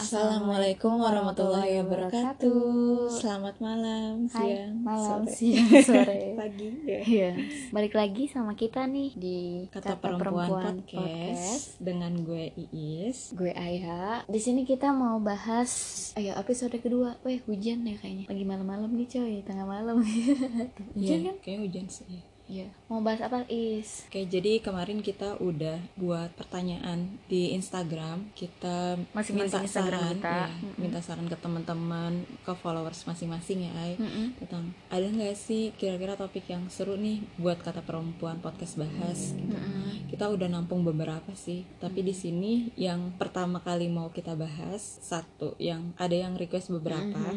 Assalamualaikum warahmatullahi wabarakatuh. Selamat malam, siang, malam, sore. siang, sore, pagi. Ya. Iya. Balik lagi sama kita nih di Kata Perempuan Podcast dengan gue Iis, gue Aya. Di sini kita mau bahas episode kedua. Hujan ya kayaknya. Lagi malam-malam nih coy, tengah malam. Hujan kan? Kayak hujan sih. Iya. Mau bahas apa, Is? Oke, jadi kemarin kita udah buat pertanyaan di Instagram. Kita minta Instagram saran, kita. Minta saran ke teman-teman, ke followers masing-masing ya, Ay. Tentang ada nggak sih kira-kira topik yang seru nih buat Kata Perempuan Podcast bahas? Gitu. Kita udah nampung beberapa sih, tapi di sini yang pertama kali mau kita bahas satu, yang ada yang request beberapa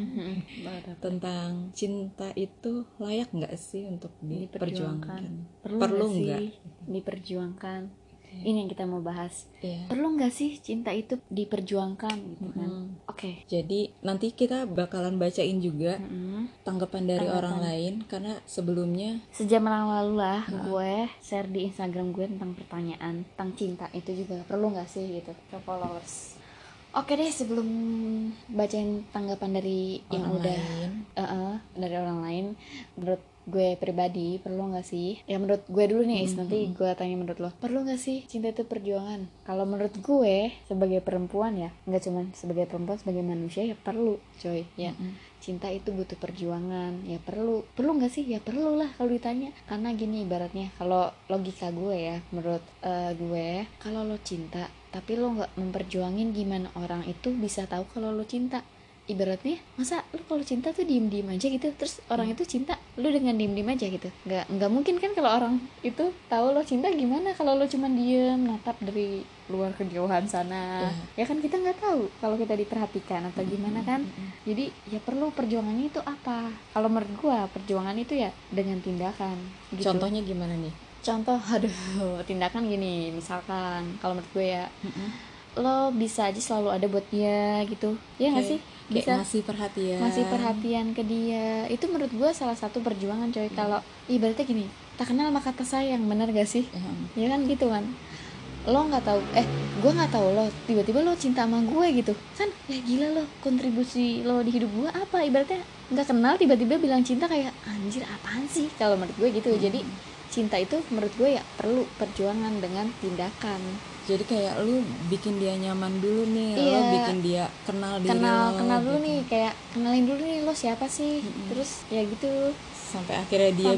tentang cinta itu layak nggak sih untuk diperjuangkan? Perlu nggak diperjuangkan? Ini yang kita mau bahas. Iya. Perlu nggak sih cinta itu diperjuangkan gitu kan? Oke. Jadi nanti kita bakalan bacain juga tanggapan dari orang lain, karena sebelumnya sejam yang lalu lah gue share di Instagram gue tentang pertanyaan tentang cinta itu juga perlu nggak sih gitu ke followers. Oke deh, sebelum bacain tanggapan dari orang yang udah lain. Dari orang lain, menurut gue pribadi perlu nggak sih? Ya menurut gue dulu nih, nanti gue tanya menurut lo. Perlu nggak sih cinta itu perjuangan? Kalau menurut gue sebagai perempuan ya, nggak cuma sebagai perempuan, sebagai manusia ya perlu, coy. Ya cinta itu butuh perjuangan, ya perlu nggak sih? Ya perlu lah kalau ditanya. Karena gini ibaratnya, kalau logika gue ya, menurut gue, kalau lo cinta tapi lo nggak memperjuangin, gimana orang itu bisa tahu kalau lo cinta? Ibaratnya, masa lu kalau cinta tuh diem-diem aja gitu, terus orang itu cinta, lu dengan diem-diem aja gitu? Nggak mungkin kan kalau orang itu tahu lo cinta. Gimana kalau lo cuma diem natap dari luar kejauhan sana? Ya kan kita nggak tahu kalau kita diperhatikan atau gimana kan. Jadi ya perlu perjuangannya itu apa? Kalau menurut gua perjuangan itu ya dengan tindakan gitu. Contohnya gimana nih? Contoh, tindakan gini, misalkan kalau menurut gue ya, lo bisa aja selalu ada buat dia gitu, ya nggak sih? Bisa ngasih perhatian ke dia. Itu menurut gue salah satu perjuangan, coy. Kalau ibaratnya gini, tak kenal maka tak sayang, bener gak sih? Ya kan gitu kan. Lo nggak tahu, gue nggak tahu lo, tiba-tiba lo cinta sama gue gitu kan, ya gila lo, kontribusi lo di hidup gue apa? Ibaratnya nggak kenal tiba-tiba bilang cinta, kayak anjir apaan sih kalau menurut gue gitu. Jadi cinta itu menurut gue ya perlu perjuangan dengan tindakan. Jadi kayak lu bikin dia nyaman dulu nih, lo bikin dia kenal diri kenal lo dulu gitu. nih, kayak kenalin dulu nih lo siapa sih. Terus ya gitu sampai akhirnya dia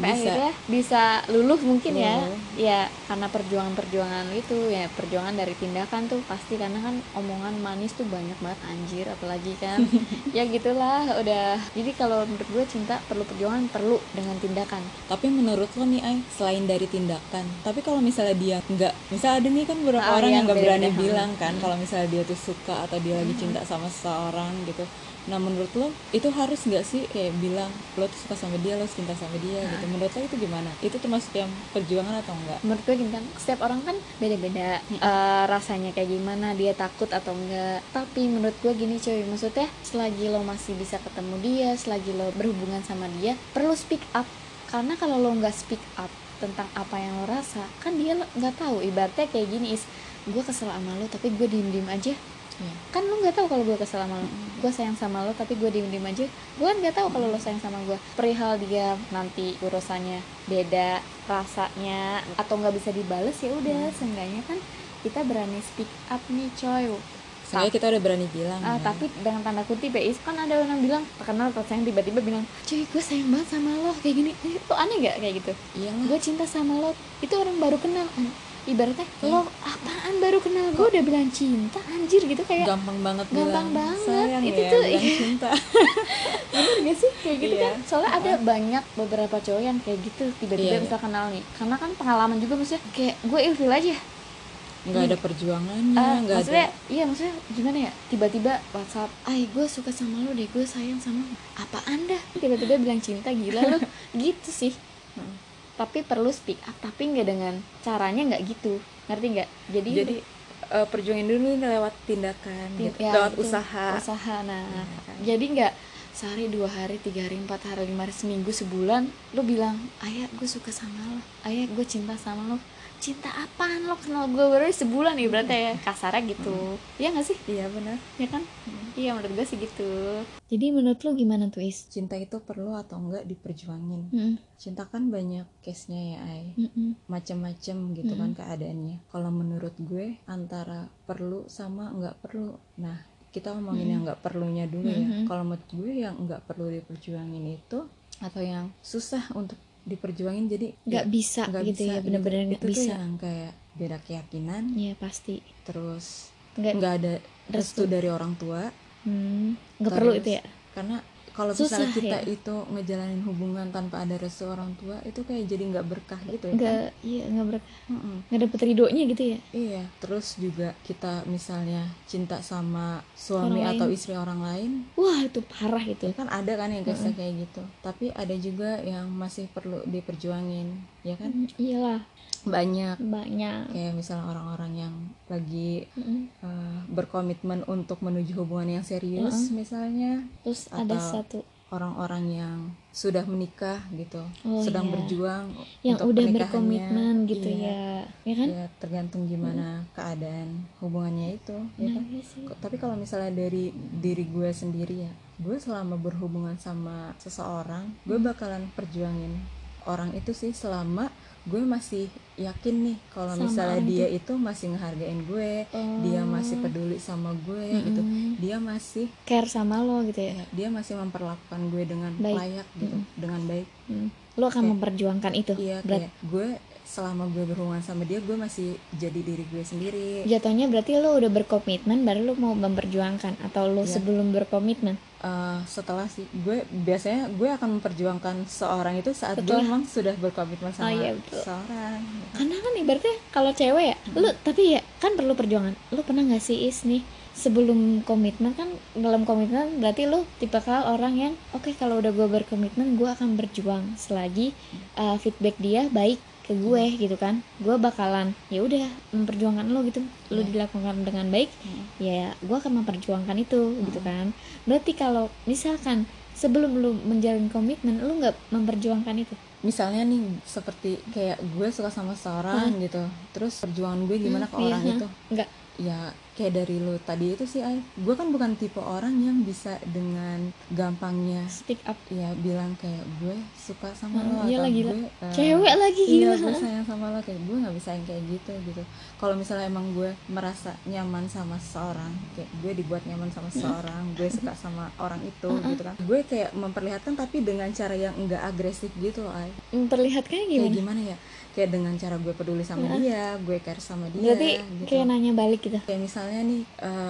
bisa luluh mungkin ya karena perjuangan itu ya, perjuangan dari tindakan tuh pasti. Karena kan omongan manis tuh banyak banget anjir, apalagi kan ya gitulah udah. Jadi kalau menurut gue cinta perlu perjuangan, perlu dengan tindakan. Tapi menurut lo nih Ay, selain dari tindakan, tapi kalau misalnya dia nggak, misalnya ada nih kan beberapa orang yang nggak berani bilang kan kalau misalnya dia tuh suka atau dia lagi cinta sama seseorang gitu. Nah menurut lo itu harus nggak sih kayak bilang lo tuh suka sama dia, lo cinta sama dia gitu? Menurut lo itu gimana? Itu termasuk yang perjuangan atau enggak? Menurut gue gini kan, setiap orang kan beda-beda rasanya kayak gimana, dia takut atau enggak. Tapi menurut gue gini coy, maksudnya selagi lo masih bisa ketemu dia, selagi lo berhubungan sama dia, perlu speak up. Karena kalau lo nggak speak up tentang apa yang lo rasa, kan dia nggak tahu. Ibaratnya kayak gini, gue kesel sama lo tapi gue diem-diem aja. Kan lo nggak tahu kalau gue kesel sama lo, gue sayang sama lo tapi gue diem-diem aja. Gue kan nggak tahu kalau lo sayang sama gue. Perihal dia nanti urusannya beda rasanya atau nggak bisa dibales, ya udah seenggaknya kan kita berani speak up nih coy. Seenggaknya kita udah berani bilang tapi dengan tanda kutip ya, kan ada orang bilang tak kenal tak sayang, tiba-tiba bilang cuy gue sayang banget sama lo kayak gini. Itu aneh gak kayak gitu? Gue cinta sama lo, itu orang baru kenal. Ibaratnya lo apaan baru kenal gue udah bilang cinta, anjir gitu, kayak gampang banget sayang itu ya, tuh cinta. bener gak sih kayak gitu kan? Soalnya ada banyak beberapa cowok yang kayak gitu tiba-tiba bisa kenal nih, karena kan pengalaman juga, maksudnya kayak gue ilfil aja, nggak ada perjuangannya, nggak maksudnya, ada. Iya maksudnya gimana ya, tiba-tiba WhatsApp, gue suka sama lo deh, gue sayang sama lo. Apaan dah, tiba-tiba bilang cinta, gila lo gitu sih. Tapi perlu speak up, tapi nggak dengan caranya nggak gitu, ngerti nggak? Jadi perjuangin dulu lewat tindakan, gitu. Lewat usaha. Nah, jadi nggak sehari, 2 hari, 3 hari, 4 hari, 5 hari, seminggu, sebulan lo bilang ayah gue suka sama lo, ayah gue cinta sama lo, cinta apaan, lo kenal gue baru sebulan nih berarti ya, kasarnya gitu. Iya nggak sih? Iya benar. Ya kan? Iya menurut gue sih gitu. Jadi menurut lo gimana tuh Is? Cinta itu perlu atau enggak diperjuangin? Cinta kan banyak case-nya ya Ai, macem-macem gitu kan keadaannya. Kalau menurut gue antara perlu sama enggak perlu. Nah kita ngomongin yang enggak perlunya dulu ya. Kalau menurut gue yang enggak perlu diperjuangin itu, atau yang susah untuk diperjuangin, jadi nggak bisa gitu ya, bener-bener nggak bisa. Itu yang kayak beda keyakinan. Iya pasti. Terus nggak ada restu dari orang tua. Nggak perlu itu ya, karena kalau misalnya kita itu ngejalanin hubungan tanpa ada restu orang tua, itu kayak jadi nggak berkah gitu ya nggak kan? Iya nggak berkah, nggak dapet ridhonya gitu ya. Iya. Terus juga kita misalnya cinta sama suami atau istri orang lain, wah itu parah itu ya kan, ada kan yang kayak gitu. Tapi ada juga yang masih perlu diperjuangin, ya kan? Iyalah, banyak kayak misalnya orang-orang yang lagi berkomitmen untuk menuju hubungan yang serius misalnya, terus atau ada satu orang-orang yang sudah menikah gitu, sedang berjuang yang untuk udah pernikahannya, berkomitmen gitu ya kan? Ya tergantung gimana keadaan hubungannya itu, ya kan? Tapi kalau misalnya dari diri gue sendiri ya, gue selama berhubungan sama seseorang, gue bakalan perjuangin orang itu sih, selama gue masih yakin nih kalau misalnya dia itu masih ngehargain gue, dia masih peduli sama gue gitu, dia masih care sama lo gitu ya, dia masih memperlakukan gue dengan layak gitu, dengan baik. Lo akan memperjuangkan itu. Iya, kayak gue selama gue berhubungan sama dia, gue masih jadi diri gue sendiri. Jatuhnya berarti lo udah berkomitmen baru lo mau memperjuangkan, atau lo sebelum berkomitmen? Setelah sih, gue biasanya gue akan memperjuangkan seorang itu saat gue memang sudah berkomitmen sama seorang. Karena kan ibaratnya kalau cewek ya, lo tapi ya kan perlu perjuangan. Lo pernah nggak sih Is nih, sebelum komitmen kan, dalam komitmen berarti lo tipikal orang yang oke, kalau udah gue berkomitmen gue akan berjuang selagi feedback dia baik ke gue gitu kan, gue bakalan ya udah memperjuangkan lo gitu. Lo dilakukan dengan baik, ya gue akan memperjuangkan itu gitu kan. Berarti kalau misalkan sebelum lo menjalin komitmen lo nggak memperjuangkan itu, misalnya nih seperti kayak gue suka sama seorang gitu, terus perjuangan gue gimana ke orang itu? Enggak. Ya kayak dari lo tadi itu sih, gue kan bukan tipe orang yang bisa dengan gampangnya speak up, ya bilang kayak gue suka sama lo, atau gue cewek lagi gila, gue sayang sama lo, kayak gue nggak bisa yang kayak gitu. Kalau misalnya emang gue merasa nyaman sama seseorang, kayak gue dibuat nyaman sama seseorang, gue suka sama orang itu gitu kan, gue kayak memperlihatkan tapi dengan cara yang enggak agresif gitu loh. Memperlihatkannya gimana? Kayak gimana ya, kayak dengan cara gue peduli sama dia, gue care sama dia. Berarti gitu, kayak nanya balik gitu. Kayak misalnya nih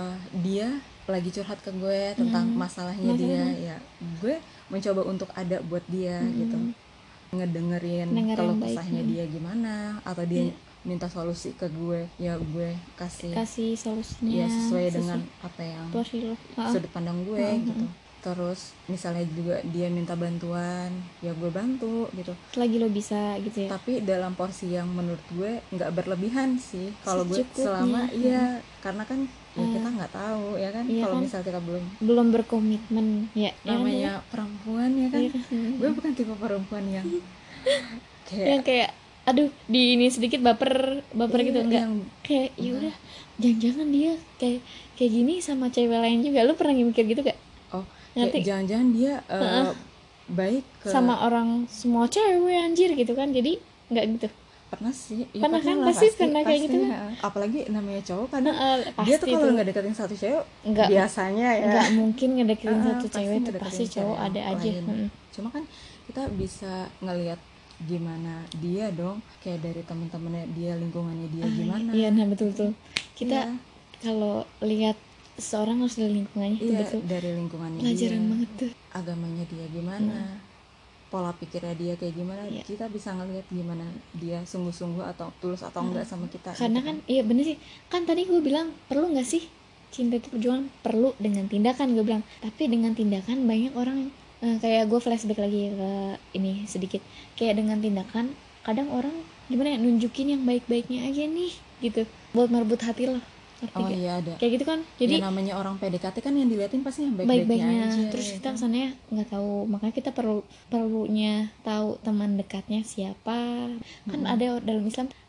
dia lagi curhat ke gue tentang masalahnya dia, ya gue mencoba untuk ada buat dia gitu, ngedengerin kalau kesahnya dia gimana, atau dia minta solusi ke gue, ya gue kasih solusinya ya sesuai dengan apa yang sudut pandang gue gitu. Terus misalnya juga dia minta bantuan, ya gue bantu gitu lagi lo bisa gitu ya, tapi dalam porsi yang menurut gue nggak berlebihan sih kalau gue, selama karena kan ya kita nggak tahu ya kan, kalau kan? Misalnya kita belum berkomitmen ya, namanya perempuan ya kan, gue bukan tipe perempuan yang kayak aduh di ini sedikit baper gitu, enggak kayak ya udah jangan-jangan dia kayak gini sama cewek lain juga. Lu pernah mikir gitu gak? Nanti jangan-jangan dia baik sama orang semua cewek anjir gitu kan, jadi nggak gitu. Pernah sih ya, pernah kan, pasti kayak gitu kan. Apalagi namanya cowok kan, dia tuh kalau nggak deketin satu cewek biasanya ya nggak mungkin ngedeketin satu cewek tuh, pasti cowok ada aja. Cuma kan kita bisa ngelihat gimana dia dong, kayak dari teman-temannya dia, lingkungannya dia gimana. Iya, nah betul kita kalau lihat seorang harus dari lingkungannya, itu betul, dari lingkungannya pelajaran dia, banget tuh, agamanya dia gimana, pola pikirnya dia kayak gimana, kita bisa ngelihat gimana dia sungguh-sungguh atau tulus atau enggak sama kita. Karena gitu kan iya bener sih kan, tadi gue bilang perlu nggak sih cinta itu perjuangan, perlu dengan tindakan gue bilang, tapi dengan tindakan banyak orang kayak gue flashback lagi ke ini sedikit, kayak dengan tindakan kadang orang gimana ya, nunjukin yang baik-baiknya aja nih gitu buat merebut hati lo. Iya ada kayak gitu kan, jadi ya, namanya orang PDKT kan yang diliatin pasti yang baik-baiknya aja, terus ya kita kan? kesannya nggak tahu, makanya kita perlunya tahu teman dekatnya siapa. Kan ada dalam Islam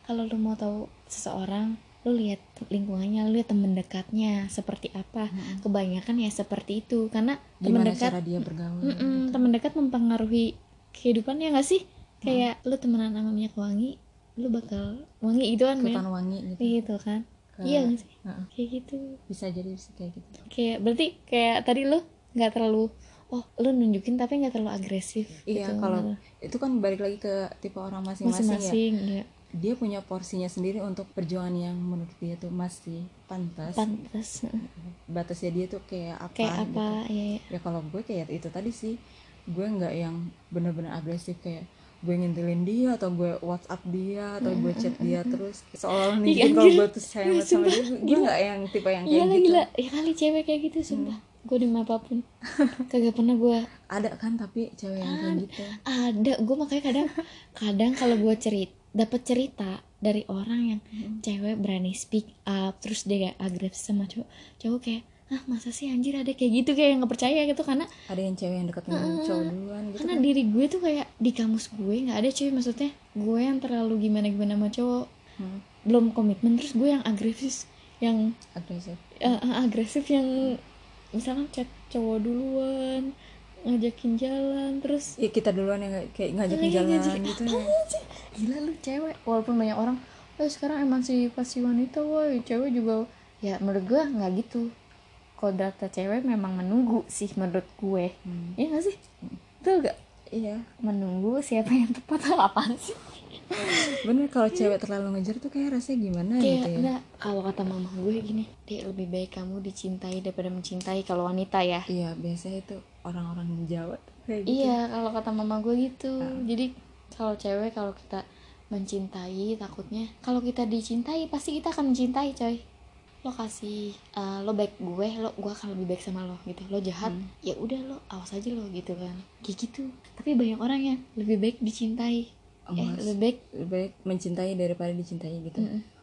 kalau lu mau tahu seseorang, lu lihat lingkungannya, lu lihat temen dekatnya seperti apa. Kebanyakan ya seperti itu, karena temen Gimana dekat, cara dia bergaul temen dekat mempengaruhi kehidupannya nggak sih? Kayak lu temenan sama minyak wangi, lu bakal wangi gitu kan, kelihatan wangi gitu. gitu kan. Iya nggak sih? Kayak gitu. Bisa jadi kayak gitu. Kayak berarti kayak tadi lu nggak terlalu, lu nunjukin tapi nggak terlalu agresif. Iya, gitu. kalau itu kan balik lagi ke tipe orang masing-masing ya. Iya. Dia punya porsinya sendiri untuk perjuangan yang menurut dia tuh masih pantas. Batasnya dia tuh kayak apa gitu. Iya. Ya kalau gue kayak itu tadi sih, gue nggak yang benar-benar agresif kayak gue ngintilin dia atau gue WhatsApp dia atau gue chat dia terus seolah nunjukin kalau gue tuh sayang banget sama dia. Gue nggak yang tipe yang kayak gitu. Gila, ya kali cewek kayak gitu sumpah. Gue demi apapun kagak pernah gue. Ada kan tapi cewek yang kayak gitu. Ada, gue makanya kadang kalau gue dapat cerita dari orang yang cewek berani speak up, terus dia gak agresif sama cowok kayak, masa sih anjir ada kayak gitu, kayak nggak percaya gitu. Karena ada yang cewek yang deketin cowok duluan gitu karena kan. diri gue tuh kayak di kamus gue nggak ada cewek, maksudnya gue yang terlalu gimana sama cowok, belum komitmen, terus gue yang agresif yang misalkan chat cowok duluan, ngajakin jalan, terus ya kita duluan yang kayak ngajakin jalan gitu ya. Gila lu cewek, walaupun banyak orang sekarang emansipasi wanita, woi cewek juga, ya menurut gue nggak gitu. Kodrat cewek memang menunggu sih menurut gue. Iya nggak sih? Betul gak? Iya, Menunggu siapa yang tepat. Apaan sih? bener. Kalau cewek terlalu ngejar tuh kayak rasanya gimana Kayak gitu ya. enggak, kalau kata mama gue gini, Dek, lebih baik kamu dicintai daripada mencintai, kalau wanita ya. Iya, biasanya itu orang-orang Jawa tuh kayak gitu. Iya, kalau kata mama gue gitu. Jadi kalau cewek, kalau kita mencintai, takutnya kalau kita dicintai pasti kita akan mencintai, coy. Lo kasih, lo baik gue akan lebih baik sama lo gitu. Lo jahat, ya udah lo awas aja lo gitu kan. Kayak gitu. Tapi banyak orang yang lebih baik dicintai. Lebih baik mencintai daripada dicintai gitu.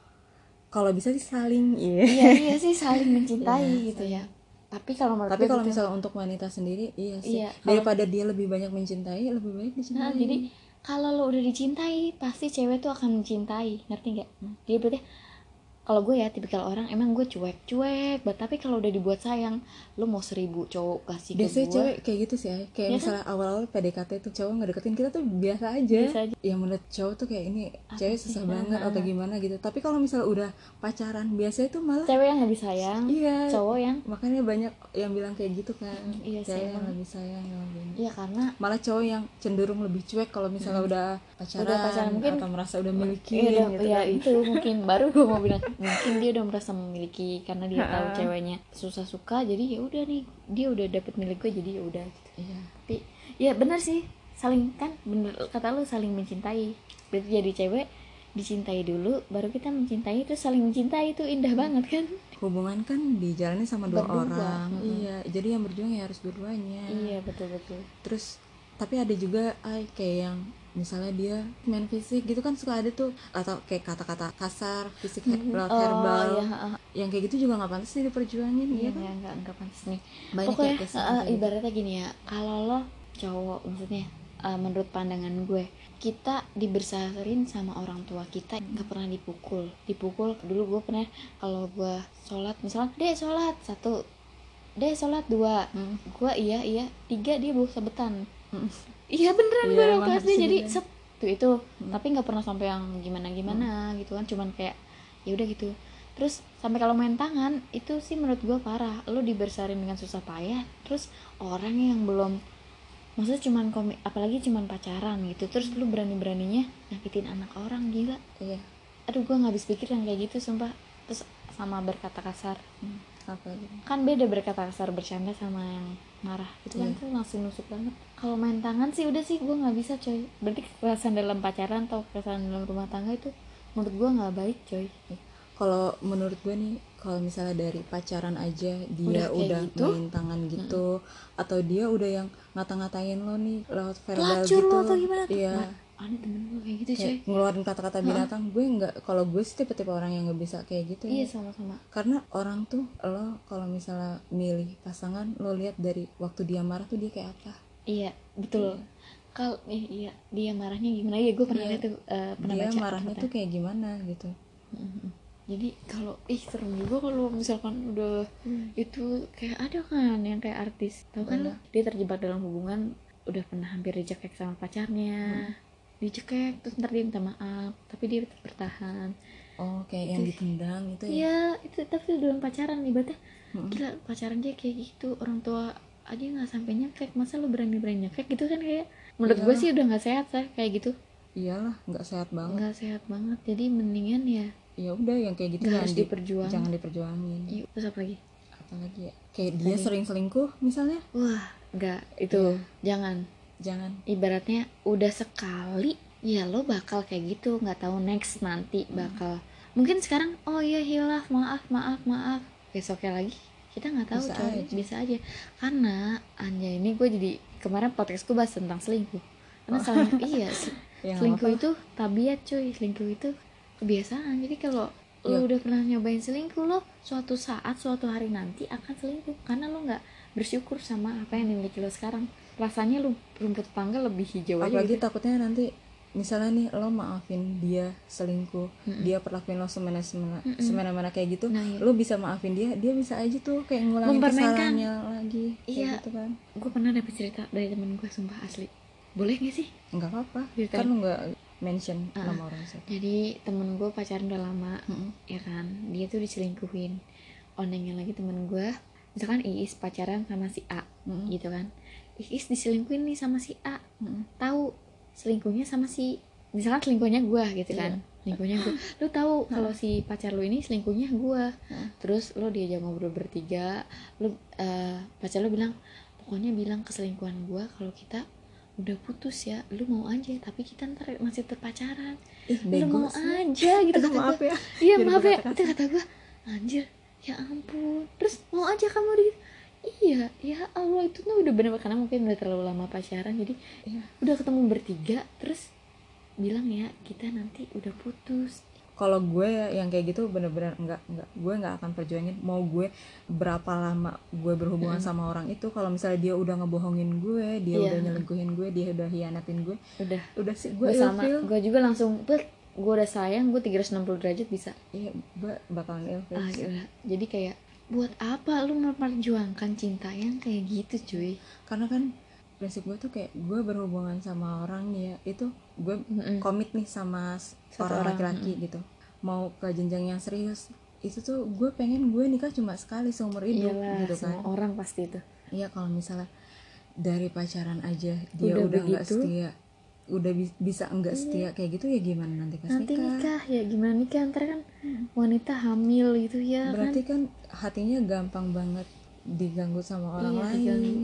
Kalau bisa sih saling, iya sih saling mencintai gitu ya. Tapi kalau misalnya untuk wanita sendiri, iya sih. Daripada dia lebih banyak mencintai, lebih baik dicintai. Jadi kalau lo udah dicintai, pasti cewek tuh akan mencintai, ngerti nggak? Jadi berarti kalau gue ya tipikal orang emang gue cuek, tapi kalau udah dibuat sayang, lo mau 1000 cowok kasih ke gue. Biasanya cewek kayak gitu sih, kayak ya misalnya kan? Awal-awal PDKT tuh cowok ngedeketin kita tuh biasa aja. Ya menurut cowok tuh kayak ini cewek susah banget atau gimana gitu. Tapi kalau misalnya udah pacaran, biasanya tuh malah cewek yang lebih sayang, cowok yang, makanya banyak yang bilang kayak gitu kan. Iya cewek sih, yang lebih sayang iya, karena malah cowok yang cenderung lebih cuek kalau misalnya udah pacaran mungkin, atau merasa udah miliki gitu ya kan. Itu mungkin baru gue mau bilang mungkin dia udah merasa memiliki karena dia tahu ceweknya susah suka, jadi ya udah nih dia udah dapet milik gue, jadi ya udah gitu. Iya. Tapi ya benar sih, saling, kan bener kata lu, saling mencintai. Berarti jadi cewek dicintai dulu baru kita mencintai, terus saling mencintai, itu indah banget kan. Hubungan kan dijalani sama dua orang. Iya, jadi yang berjuang ya harus dua-duanya. Iya, betul. Terus tapi ada juga kayak yang misalnya dia main fisik gitu kan, suka ada tuh, atau kayak kata-kata kasar, fisik verbal. Yang kayak gitu juga nggak pantas sih diperjuangin. Iya kan? Nggak pantas nih. Banyak pokoknya kayak ibaratnya gini ya, kalau lo cowok, maksudnya menurut pandangan gue, kita dibesarin sama orang tua kita, nggak pernah dipukul. Dulu gue pernah, kalau gue sholat misalnya, Dek sholat 1, Dek sholat 2, gue iya 3, dia bawa sabetan. Iya beneran, gue udah kelas dia jadi itu. Tapi nggak pernah sampai yang gimana gitu kan, cuman kayak ya udah gitu. Terus sampai kalau main tangan itu sih menurut gue parah. Lo dibesarin dengan susah payah, terus orang yang belum, maksudnya cuman apalagi cuman pacaran gitu, terus lu beraninya nyakitin anak orang, gila. Iya. Aduh, gue nggak habis pikir yang kayak gitu sumpah. Terus sama berkata kasar, apa gitu? Kan beda berkata kasar bercanda sama yang marah itu kan, tuh langsung nusuk banget. Kalau main tangan sih udah sih gue nggak bisa, coy. Berarti kekerasan dalam pacaran atau kekerasan dalam rumah tangga itu menurut gue nggak baik, coy. Kalau menurut gue nih, kalau misalnya dari pacaran aja dia udah gitu? Main tangan gitu, atau dia udah yang ngata-ngatain lo nih lewat verbal pelacur gitu, lo atau gimana tuh? Iya. Ada temen gue kayak gitu, coy, ngeluarin kata-kata binatang. Gue nggak, kalau gue sih tipe-tipe orang yang nggak bisa kayak gitu. Iya, sama-sama. Karena orang tuh, lo kalau misalnya milih pasangan, lo lihat dari waktu dia marah tuh dia kayak apa. Iya, betul. Kalau iya dia marahnya gimana ya, gue pernah lihat tuh, pernah dia baca marahnya apa-apa. tuh kayak gimana gitu. Jadi kalau serem juga kalau misalkan udah itu kayak ada kan yang kayak artis, tahu kan lo, dia terjebak dalam hubungan, udah pernah hampir dicekek sama pacarnya, dicekek terus ntar dia minta maaf tapi dia tetap bertahan. Oh kayak yang ditendang itu ya. Iya itu, tapi dalam pacaran ibaratnya gila, pacaran dia kayak gitu, orang tua aja nggak sampai nyekek, masa lu berani nyekek gitu kan, kayak menurut gue sih udah nggak sehat sih kayak gitu. Iyalah nggak sehat banget. Nggak sehat banget, jadi mendingan ya udah yang kayak gitu harus jangan diperjuangin. Iya, terus apa lagi Ya kayak dia sering selingkuh misalnya, wah nggak itu jangan ibaratnya udah sekali ya lo bakal kayak gitu, nggak tahu next nanti bakal mungkin sekarang oh iya hilaf maaf besoknya lagi kita nggak tahu, bisa aja karena anjay ini gue jadi kemarin podcast gue bahas tentang selingkuh karena iya selingkuh itu tabiat cuy, selingkuh itu kebiasaan. Jadi kalau lo udah pernah nyobain selingkuh, lo suatu saat suatu hari nanti akan selingkuh karena lo nggak bersyukur sama apa yang dimiliki lo sekarang. Rasanya lo rumput tetangga lebih hijau aja. Apalagi gitu. Takutnya nanti misalnya nih lo maafin dia selingkuh, dia perlakuin lo semena-mena kayak gitu, lo bisa maafin dia bisa aja tuh kayak ngulangin kesalahannya lagi. Iya gitu kan. Gue pernah dapet cerita dari temen gue, sumpah asli. Boleh gak sih? Nggak apa-apa kan lo nggak mention nama orang siapa. Jadi temen gue pacaran udah lama, ya kan, dia tuh diselingkuhin. Onengnya lagi temen gue, misalkan Iis pacaran sama si A, gitu kan, Iis diselingkuhin nih sama si A, tahu selingkuhnya sama si, misalkan selingkuhnya gue gitu kan, selingkuhnya gue, lu tahu kalau si pacar lu ini selingkuhnya gue, terus lu diajak ngobrol bertiga, lu pacar lu bilang, pokoknya bilang ke selingkuhan gue kalau kita udah putus ya, lu mau aja tapi kita ntar masih terpacaran, lu mau aja gitu kata maaf gue. Ya. Iya maaf ya, itu kata gue, anjir ya ampun, terus mau aja kamu di, iya ya Allah, itu tuh udah bener, karena mungkin udah terlalu lama pacaran, jadi udah ketemu bertiga terus bilang ya kita nanti udah putus. Kalau gue yang kayak gitu bener-bener enggak, gue nggak akan perjuangin. Mau gue berapa lama gue berhubungan sama orang itu, kalau misalnya dia udah ngebohongin gue, dia udah nyelingkuhin gue, dia udah hianatin gue, udah sih gue sama, gue juga langsung gue udah sayang, gue 360 derajat bisa. Iya, gue bakalan ilfil. Jadi kayak buat apa lu memperjuangkan cinta yang kayak gitu cuy? Karena kan prinsip gue tuh kayak gue berhubungan sama orang ya, itu gue komit nih sama orang laki-laki gitu, mau ke jenjang yang serius, itu tuh gue pengen gue nikah cuma sekali seumur hidup. Iyalah, gitu kan, semua orang pasti itu. Iya, kalau misalnya dari pacaran aja dia udah nggak setia, udah bisa enggak setia kayak gitu, ya gimana nanti pas nikah ya, gimana nikah ntar kan wanita hamil gitu ya, berarti kan hatinya gampang banget diganggu sama orang lain.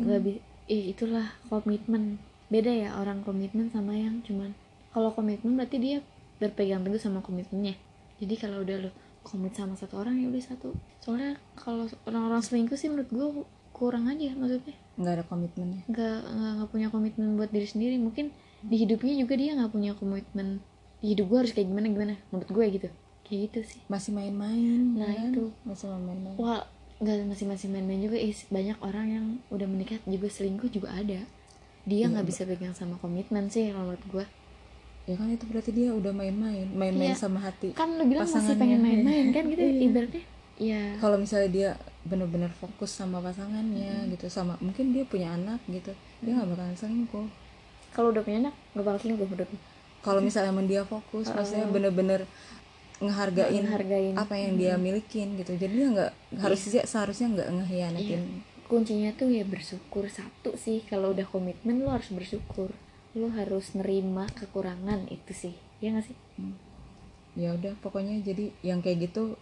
Itulah komitmen, beda ya orang komitmen sama yang cuman, kalau komitmen berarti dia berpegang teguh sama komitmennya. Jadi kalau udah lo komit sama satu orang ya udah satu. Soalnya kalau orang-orang selingkuh sih menurut gue kurang aja, maksudnya nggak ada komitmennya, nggak punya komitmen buat diri sendiri. Mungkin di hidupnya juga dia nggak punya komitmen, di hidup gue harus kayak gimana menurut gue gitu, kayak gitu sih. Masih main-main. Nah kan? Itu masih main-main. Wah nggak, masih main-main juga. Banyak orang yang udah menikah juga selingkuh juga ada, dia nggak bisa pegang sama komitmen sih kalau menurut gue. Ya kan itu berarti dia udah main-main sama hati kan lu bilang masih pengen main-main kan gitu. Ibaratnya ya kalau misalnya dia benar-benar fokus sama pasangannya gitu, sama mungkin dia punya anak gitu, dia nggak bakalan selingkuh. Kalau udah punya anak nggak bakal selingkuh menurut lu? Kalau misalnya emang dia fokus, maksudnya bener-bener ngehargain apa yang dia milikin gitu, jadi dia nggak seharusnya nggak ngehianatin. Kuncinya tuh ya bersyukur satu sih. Kalau udah komitmen lo harus bersyukur, lo harus nerima kekurangan itu sih, ya nggak sih? Ya udah pokoknya jadi yang kayak gitu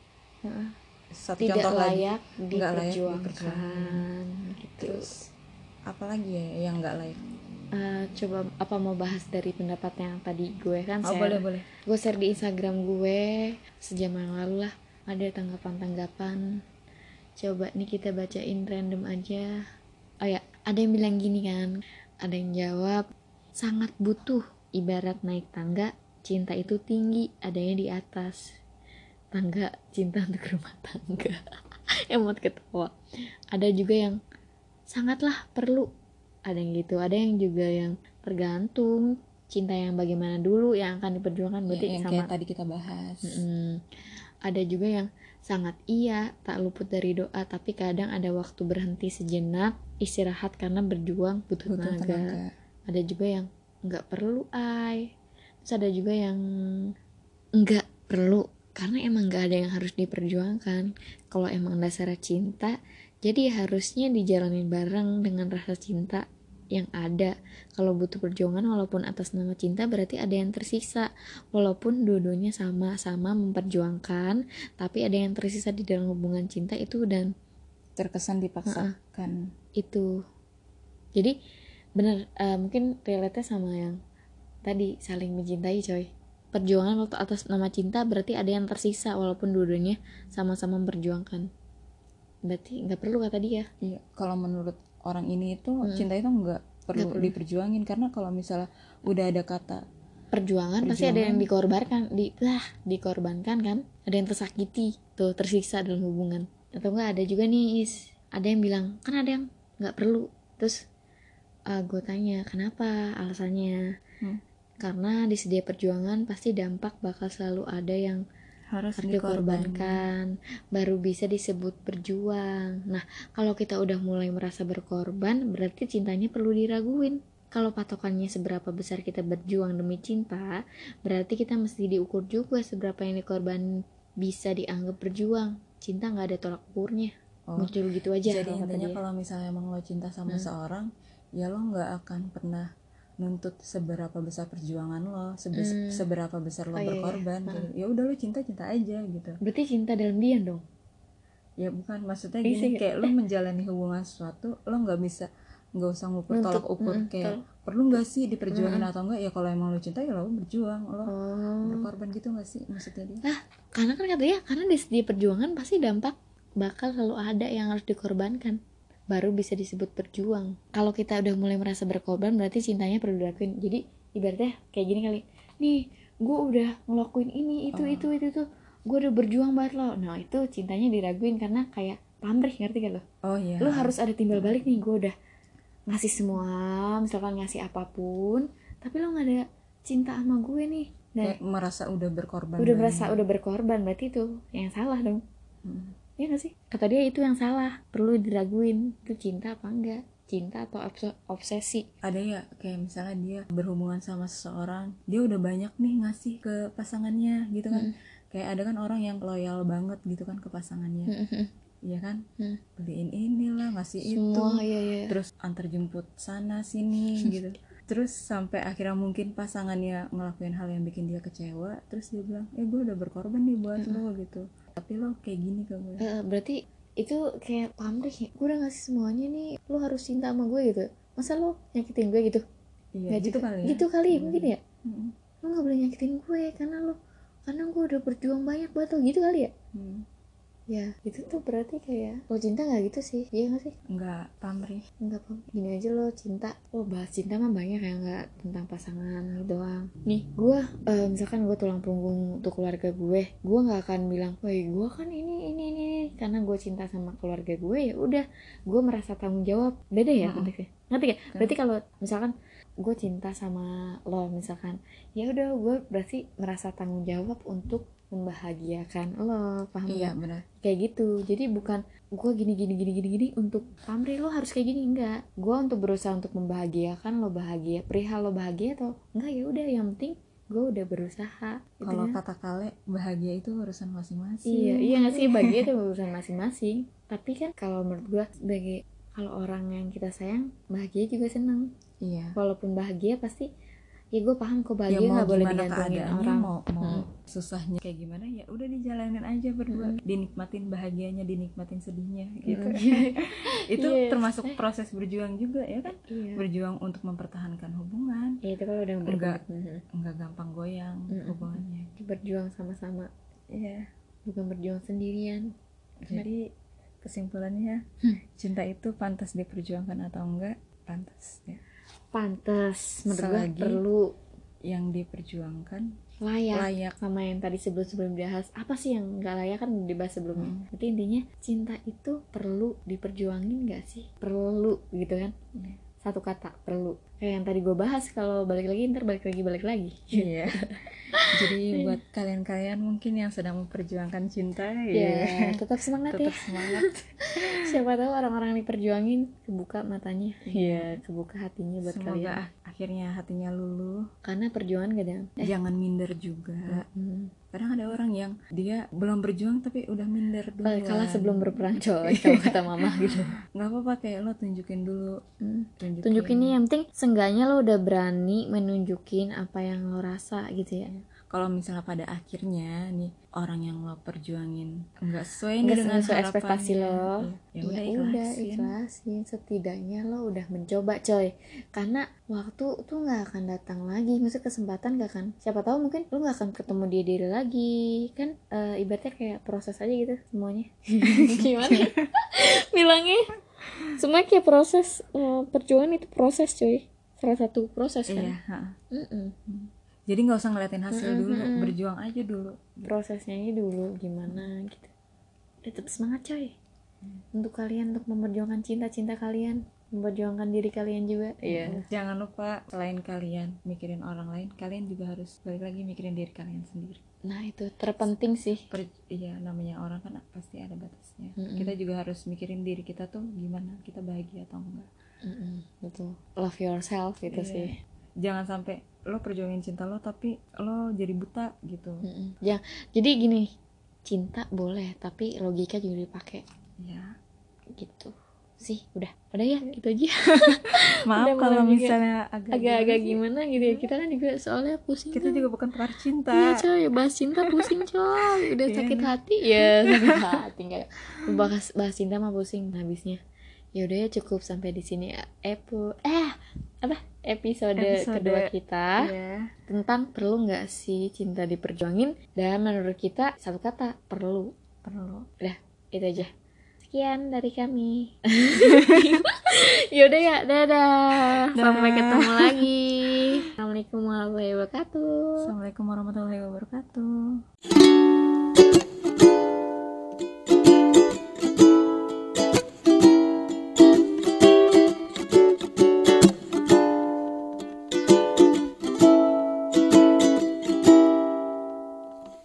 satu tidak contoh layak lagi nggak layak diperjuangkan gitu. Terus apalagi ya yang nggak layak? Coba apa mau bahas dari pendapat yang tadi gue kan share? Boleh. Gue share di Instagram gue sejam yang lalu lah, ada tanggapan. Coba nih kita bacain random aja. Oh ya, ada yang bilang gini kan, ada yang jawab, sangat butuh, ibarat naik tangga, cinta itu tinggi, adanya di atas tangga, cinta untuk rumah tangga. Emot ketawa. Ada juga yang sangatlah perlu, ada yang gitu, ada yang juga yang tergantung cinta yang bagaimana dulu yang akan diperjuangkan, berarti yang sama kayak tadi kita bahas. Ada juga yang sangat iya, tak luput dari doa, tapi kadang ada waktu berhenti sejenak, istirahat karena berjuang butuh tenaga. Ada juga yang nggak perlu terus ada juga yang nggak perlu karena emang nggak ada yang harus diperjuangkan. Kalau emang dasarnya cinta, jadi harusnya dijalanin bareng dengan rasa cinta yang ada. Kalau butuh perjuangan walaupun atas nama cinta, berarti ada yang tersisa. Walaupun dua-duanya sama-sama memperjuangkan, tapi ada yang tersisa di dalam hubungan cinta itu, dan terkesan dipaksakan. Itu jadi bener, mungkin relate sama yang tadi, saling mencintai coy. Perjuangan waktu atas nama cinta berarti ada yang tersisa walaupun dua-duanya sama-sama memperjuangkan. Berarti nggak perlu kata dia. Iya, kalau menurut orang ini itu cinta itu nggak perlu diperjuangin, karena kalau misalnya udah ada kata perjuangan pasti ada yang dikorbankan kan, ada yang tersakiti tuh, tersisa dalam hubungan. Atau enggak, ada juga nih ada yang bilang kan ada yang nggak perlu. Terus gue tanya kenapa, alasannya karena di setiap perjuangan pasti dampak bakal selalu ada yang harus dikorbankan, baru bisa disebut berjuang. Nah, kalau kita udah mulai merasa berkorban, berarti cintanya perlu diraguin. Kalau patokannya seberapa besar kita berjuang demi cinta, berarti kita mesti diukur juga seberapa yang dikorban bisa dianggap berjuang. Cinta nggak ada tolak ukurnya, muncul gitu aja. Jadi intinya kalau misalnya emang lo cinta sama seorang, ya lo nggak akan pernah nuntut seberapa besar perjuangan lo, seberapa besar lo berkorban. Ya udah lo cinta aja gitu. Berarti cinta dalam diam dong? Ya bukan, maksudnya gini, kayak lo menjalani hubungan sesuatu, lo nggak usah ngukur tolak ukur kayak perlu nggak sih diperjuangin atau enggak. Ya kalau emang lo cinta ya lo berjuang, lo berkorban gitu nggak sih maksudnya dia? Karena kan katanya karena di setiap perjuangan pasti dampak bakal selalu ada yang harus dikorbankan, baru bisa disebut berjuang. Kalau kita udah mulai merasa berkorban, berarti cintanya perlu dilakuin. Jadi ibaratnya kayak gini kali, nih gue udah ngelakuin ini itu gue udah berjuang banget lo. Nah itu cintanya diraguin karena kayak pamrih, ngerti gak lo? Lo harus ada timbal balik nih, gue udah ngasih semua, misalkan ngasih apapun, tapi lo nggak ada cinta sama gue nih. Kayak merasa udah berkorban, berarti itu yang salah dong. Ya gak sih? Kata dia itu yang salah, perlu diraguin, itu cinta apa enggak, cinta atau obsesi. Ada ya kayak misalnya dia berhubungan sama seseorang, dia udah banyak nih ngasih ke pasangannya gitu kan. Kayak ada kan orang yang loyal banget gitu kan ke pasangannya. Iya kan, beliin inilah, ngasih semua, itu terus antar jemput sana sini gitu. Terus sampai akhirnya mungkin pasangannya ngelakuin hal yang bikin dia kecewa, terus dia bilang gue udah berkorban nih buat lo gitu, tapi lo kayak gini ke gue. Berarti itu kayak pamrih ya, gue udah ngasih semuanya nih, lo harus cinta sama gue gitu, masa lo nyakitin gue gitu? Iya gitu kali ya, gitu kali mungkin ya. Lo gak boleh nyakitin gue karena gue udah berjuang banyak buat lo, gitu kali ya. Ya itu tuh berarti kayak lo cinta nggak gitu sih, iya nggak sih? Nggak pamrih. Gini aja, lo cinta, lo bahas cinta mah banyak ya, nggak tentang pasangan gitu doang. Nih gue misalkan gue tulang punggung untuk keluarga gue nggak akan bilang, woi gue kan ini karena gue cinta sama keluarga gue, ya udah gue merasa tanggung jawab. Beda ya konteksnya, ngerti gak? Berarti kalau misalkan gue cinta sama lo misalkan, ya udah gue berarti merasa tanggung jawab untuk membahagiakan lo, paham gak? Iya benar. Kayak gitu. Jadi bukan gue gini untuk pamrih lo harus kayak gini, enggak. Gue untuk berusaha untuk membahagiakan lo bahagia, perihal lo bahagia atau enggak ya udah, yang penting gue udah berusaha. Kalau kata Kale, bahagia itu urusan masing-masing. Iya nggak sih, bahagia itu urusan masing-masing. Tapi kan kalau menurut gue, sebagai kalau orang yang kita sayang bahagia juga seneng. Iya. Walaupun bahagia pasti, ya gue paham kok bahagia nggak boleh digantungin orang. Mau susahnya kayak gimana ya udah dijalanin aja berdua, dinikmatin bahagianya, dinikmatin sedihnya gitu. Itu termasuk proses berjuang juga ya kan. Berjuang untuk mempertahankan hubungan. Itu kalau udah enggak gampang goyang hubungannya. Berjuang sama-sama. Iya. Bukan berjuang sendirian. Jadi kesimpulannya cinta itu pantas diperjuangkan atau enggak? Pantas ya. Pantas, menurut gue perlu. Yang diperjuangkan layak sama yang tadi sebelum dibahas. Apa sih yang gak layak kan dibahas sebelumnya. Jadi intinya cinta itu perlu diperjuangin gak sih? Perlu gitu kan. satu kata, perlu. Kayak yang tadi gue bahas, kalau balik lagi ntar balik lagi. Iya. Jadi buat kalian-kalian mungkin yang sedang memperjuangkan cinta, ya tetap semangat tetap ya. semangat. Siapa tahu orang-orang yang diperjuangin kebuka matanya, ya kebuka hatinya buat Semoga kalian. akhirnya hatinya luluh. Karena perjuangan kadang Jangan minder juga. Kadang ada orang yang dia belum berjuang tapi udah minder duluan. kalah sebelum berperang coy, kalau kata mama gitu. Nggak apa-apa, kayak lo tunjukin dulu. Tunjukin nih, yang penting seenggaknya lo udah berani menunjukin apa yang lo rasa gitu ya. Kalau misalnya pada akhirnya nih orang yang lo perjuangin nggak sesuai nih Nggak dengan sesuai ekspektasi harapannya, lo, ya udah ikhlasin. Setidaknya lo udah mencoba coy, karena waktu tuh nggak akan datang lagi, maksudnya kesempatan gak kan, siapa tahu mungkin lo nggak akan ketemu diri lagi kan. Ibaratnya kayak proses aja gitu semuanya. Gimana bilangnya, semua kayak proses. Perjuangan itu proses coy, salah satu proses kan. Iya. Jadi nggak usah ngeliatin hasil dulu, berjuang aja dulu. Prosesnya ini dulu gimana gitu. Tetap semangat coy. Untuk kalian, untuk memperjuangkan cinta kalian, memperjuangkan diri kalian juga. Iya. Jangan lupa selain kalian mikirin orang lain, kalian juga harus balik lagi mikirin diri kalian sendiri. Nah itu terpenting sih. Iya, namanya orang kan pasti ada batasnya. Kita juga harus mikirin diri kita tuh gimana, kita bahagia atau enggak. Betul. Love yourself gitu sih. Jangan sampai lo perjuangin cinta lo tapi lo jadi buta gitu. Ya, jadi gini, cinta boleh tapi logika juga dipakai. Ya. Gitu sih, udah ya gitu aja. Maaf kalau misalnya agak gimana gitu ya, kita kan juga soalnya pusing. Kita juga bukan pakar cinta. Iya coy, bahas cinta pusing coy. Udah sakit hati ya, sakit hati nggak. Bahas cinta mah pusing habisnya. Ya udah ya, cukup sampai di sini episode kedua kita tentang perlu nggak sih cinta diperjuangin, dan menurut kita satu kata, perlu. Udah itu aja, sekian dari kami. Yaudah ya, dadah. Sampai ketemu lagi. Assalamualaikum warahmatullahi wabarakatuh. Assalamualaikum warahmatullahi wabarakatuh.